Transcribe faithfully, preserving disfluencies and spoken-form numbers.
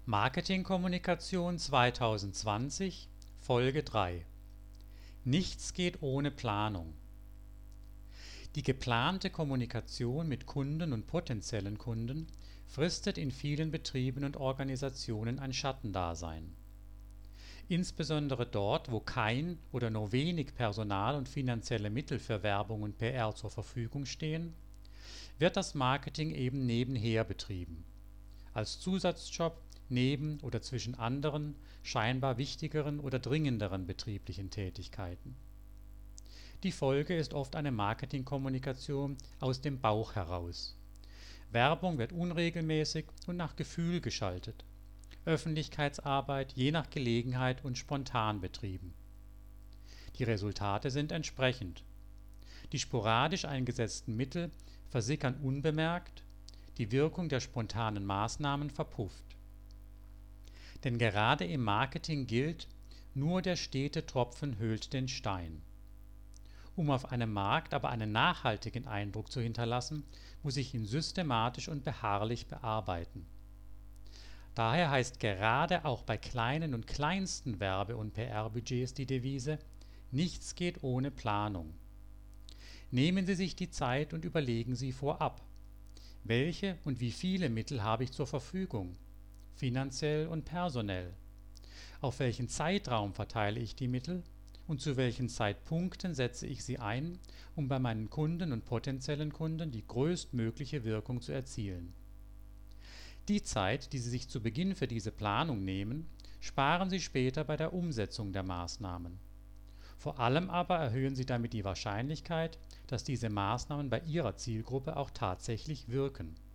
Marketingkommunikation zweitausendzwanzig Folge drei: Nichts geht ohne Planung. Die geplante Kommunikation mit Kunden und potenziellen Kunden fristet in vielen Betrieben und Organisationen ein Schattendasein. Insbesondere dort, wo kein oder nur wenig Personal und finanzielle Mittel für Werbung und P R zur Verfügung stehen, wird das Marketing eben nebenher betrieben, als Zusatzjob neben oder zwischen anderen, scheinbar wichtigeren oder dringenderen betrieblichen Tätigkeiten. Die Folge ist oft eine Marketingkommunikation aus dem Bauch heraus. Werbung wird unregelmäßig und nach Gefühl geschaltet, Öffentlichkeitsarbeit je nach Gelegenheit und spontan betrieben. Die Resultate sind entsprechend. Die sporadisch eingesetzten Mittel versickern unbemerkt, die Wirkung der spontanen Maßnahmen verpufft. Denn gerade im Marketing gilt: Nur der stete Tropfen höhlt den Stein. Um auf einem Markt aber einen nachhaltigen Eindruck zu hinterlassen, muss ich ihn systematisch und beharrlich bearbeiten. Daher heißt gerade auch bei kleinen und kleinsten Werbe- und P R-Budgets die Devise: Nichts geht ohne Planung. Nehmen Sie sich die Zeit und überlegen Sie vorab: Welche und wie viele Mittel habe ich zur Verfügung, finanziell und personell? Auf welchen Zeitraum verteile ich die Mittel und zu welchen Zeitpunkten setze ich sie ein, um bei meinen Kunden und potenziellen Kunden die größtmögliche Wirkung zu erzielen? Die Zeit, die Sie sich zu Beginn für diese Planung nehmen, sparen Sie später bei der Umsetzung der Maßnahmen. Vor allem aber erhöhen Sie damit die Wahrscheinlichkeit, dass diese Maßnahmen bei Ihrer Zielgruppe auch tatsächlich wirken